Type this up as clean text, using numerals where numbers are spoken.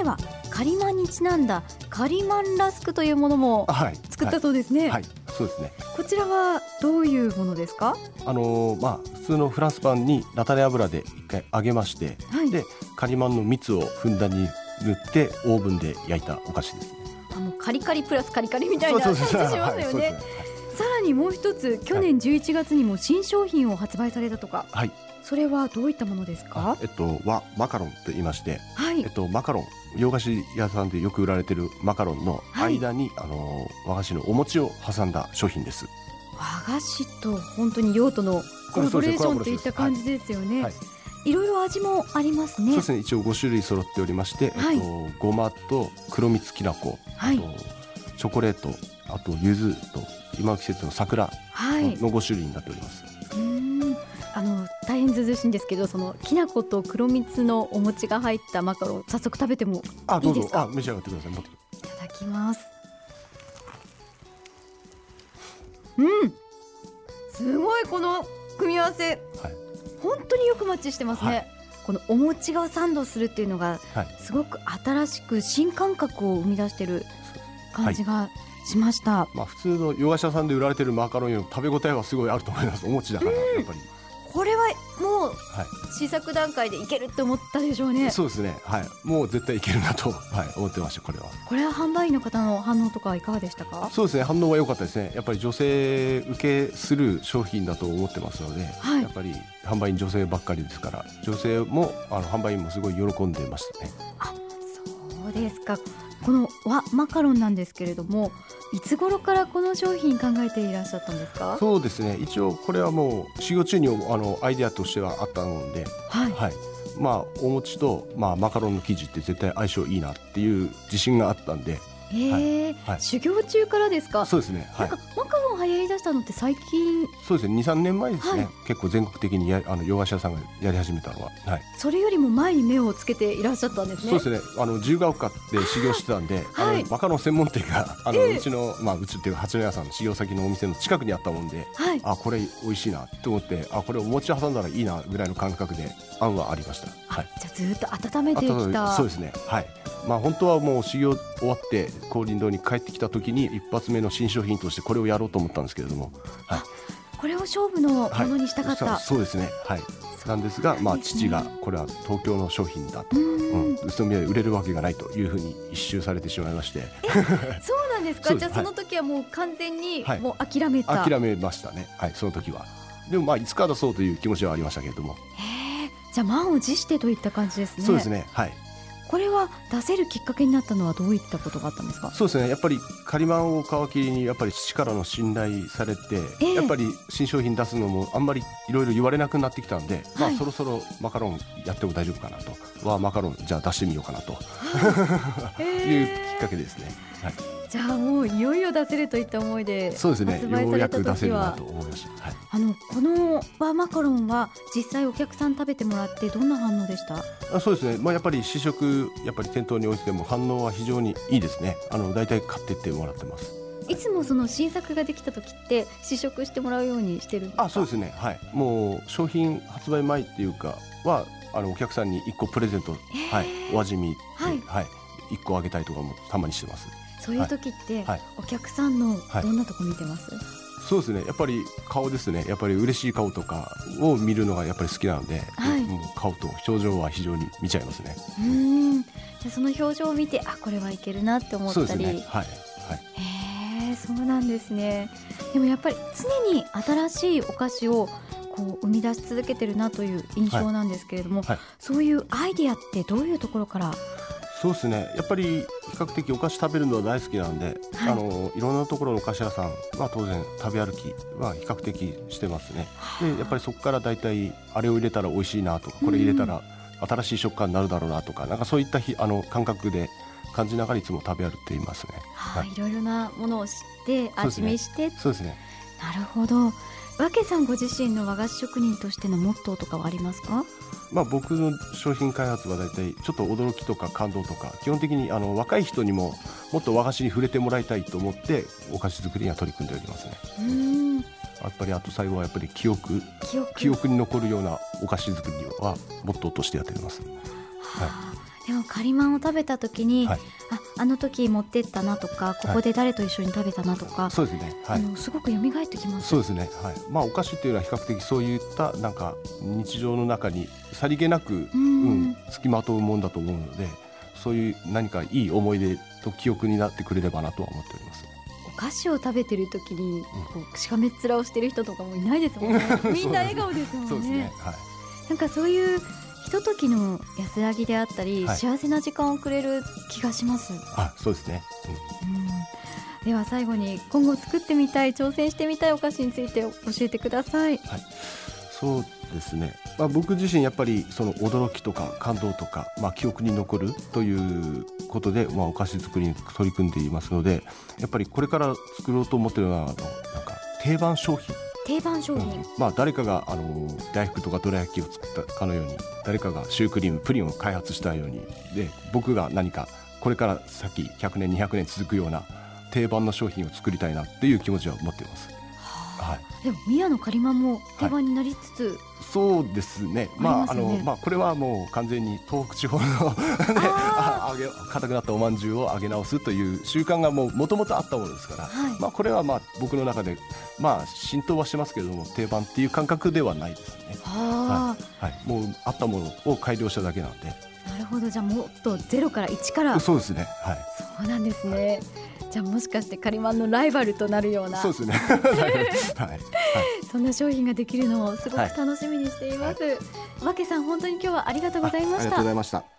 はカリマンにちなんだカリマンラスクというものも作ったそうですね。 はい、そうですね。 こちらはどういうものですか？ 普通のフランスパンに菜種油で一回揚げまして、でカリマンの蜜をふんだんに塗ってオーブンで焼いたお菓子ですね。 カリカリプラスカリカリみたいな感じしますよね。さらにもう一つ、去年11月にも新商品を発売されたとか、それはどういったものですか？ 和マカロンと言いまして、マカロン、洋菓子屋さんでよく売られているマカロンの間に、和菓子のお餅を挟んだ商品です。 和菓子と本当に用途のコラボレーションといった感じですよね。いろいろ味もありますね。 そうですね、一応5種類揃っておりまして、ごまと黒蜜きな粉、あとチョコレート、あと柚子と今の季節の桜の5種類になっております。 大変ずずしいんですけど、そのきな粉と黒蜜のお餅が入ったマカロン、早速食べてもいいですか？ どうぞ、召し上がってください。いただきます。すごいこの組み合わせ、本当によくマッチしてますね。このお餅がサンドするっていうのが、すごく新しく新感覚を生み出してる感じがしました。 普通の洋菓子屋さんで売られてるマカロンより食べ応えはすごいあると思います。お餅だからやっぱりこれはもう試作段階でいけるって思ったでしょうね。 そうですね、もう絶対いけるなと、思ってました。これは販売員の方の反応とかはいかがでしたか？ そうですね、反応は良かったですね。やっぱり女性受けする商品だと思ってますので、やっぱり販売員女性ばっかりですから、女性も販売員もすごい喜んでましたね。 そうですか。この和マカロンなんですけれども、いつ頃からこの商品考えていらっしゃったんですか？ そうですね、一応これはもう修行中にアイデアとしてはあったので、お餅と、マカロンの生地って絶対相性いいなっていう自信があったんで。 修行中からですか？ そうですね、 マカロン流行り出したのって最近？ そうですね、 2,3 年前ですね。結構全国的に洋菓子屋さんがやり始めたのは、 それよりも前に目をつけていらっしゃったんですね。 そうですね、自由が丘で修行してたんで、マカロン専門店がうちの、うちっていう八野屋さんの修行先のお店の近くにあったもんで、これ美味しいなと思って、これお餅挟んだらいいなぐらいの感覚で案はありました。 じゃあずっと温めてきた。 そうですね、本当はもう修行終わって高林堂に帰ってきた時に一発目の新商品としてこれをやろうと思ったんですけれども、 これを勝負のものにしたかった。 そうですね、なんですが、父がこれは東京の商品だと、宇都宮で売れるわけがないというふうに一周されてしまいまして。 そうなんですか？じゃあその時はもう完全にもう諦めましたね。その時は。でもいつか出そうという気持ちはありましたけれども。 じゃあ満を持してといった感じですね。 そうですね、 これは出せるきっかけになったのはどういったことがあったんですか？ そうですね、やっぱりカリマンを皮切りにやっぱり父からの信頼されて、やっぱり新商品出すのもあんまりいろいろ言われなくなってきたんで、そろそろマカロンやっても大丈夫かなと、マカロンじゃあ出してみようかなというきっかけですね。 じゃあもういよいよ出せるといった思いで発売された時は、 ようやく出せるなと思いました。 この和マカロンは実際お客さん食べてもらってどんな反応でした？ そうですね、やっぱり試食やっぱり店頭に置いても反応は非常にいいですね。大体買ってってもらってます。 いつもその新作ができた時って試食してもらうようにしてるんですか？ そうですね、もう商品発売前っていうかはお客さんに1個プレゼント、お味見で、1個あげたりとかもたまにしてます。 そういう時って、お客さんのどんなとこ見てます？ そうですね、やっぱり顔ですね。やっぱり嬉しい顔とかを見るのがやっぱり好きなので、もう顔と表情は非常に見ちゃいますね。 じゃあその表情を見てこれはいけるなって思ったり。そうですね、そうなんですね。でもやっぱり常に新しいお菓子を生み出し続けてるなという印象なんですけれども、そういうアイデアってどういうところから？ そうですね、やっぱり比較的お菓子食べるのは大好きなんで、いろんなところのお菓子屋さんは当然食べ歩きは比較的してますね。でやっぱりそこからだいたいあれを入れたら美味しいなとか、これ入れたら新しい食感になるだろうなとか、そういった感覚で感じながらいつも食べ歩いていますね。 いろいろなものを知って味見して。 そうですね。 なるほど。わけさんご自身の和菓子職人としてのモットーとかはありますか？ 僕の商品開発はだいたいちょっと驚きとか感動とか、基本的に若い人にももっと和菓子に触れてもらいたいと思ってお菓子作りには取り組んでおりますね。やっぱりあと最後はやっぱり記憶に残るようなお菓子作りはモットーとしてやっております。 でもカリマンを食べた時に、 はい、 あの時持ってったなとか、ここで誰と一緒に食べたなとか、 そうですね、はい、 すごく蘇ってきます。 そうですね、はい、お菓子っていうのは比較的そういったなんか日常の中にさりげなく、付きまとうもんだと思うので、そういう何かいい思い出と記憶になってくれればなとは思っております。 お菓子を食べてる時にしかめっ面をしてる人とかもいないですもんねみんな笑顔ですもんね。 そうですね、はい、 なんかそういうひとときの安らぎであったり、 はい、 幸せな時間をくれる気がします。 そうですね、 では最後に今後作ってみたい、挑戦してみたいお菓子について教えてください。 はい、そうですね、僕自身やっぱりその驚きとか感動とか、記憶に残るということで、お菓子作りに取り組んでいますので、やっぱりこれから作ろうと思っているのはなんか定番商品、誰かが大福とかどら焼きを作ったかのように、誰かがシュークリーム、プリンを開発したように、で僕が何かこれから先100年200年続くような定番の商品を作りたいなっていう気持ちは持っています。 はい、でも宮のカリマンも定番になりつつ、 そうですね、これはもう完全に東北地方の硬くなったおまんじゅうを揚げ直すという習慣がもともとあったものですから、これは僕の中で浸透はしてますけれども、定番っていう感覚ではないですね。もうあったものを改良しただけなんで。 なるほど、じゃあもっと0から1から。 そうですね、はい、 そうなんですね。じゃあもしかしてカリマンのライバルとなるような、 そうですねそんな商品ができるのをすごく楽しみにしています。わけさん、本当に今日はありがとうございました。 ありがとうございました。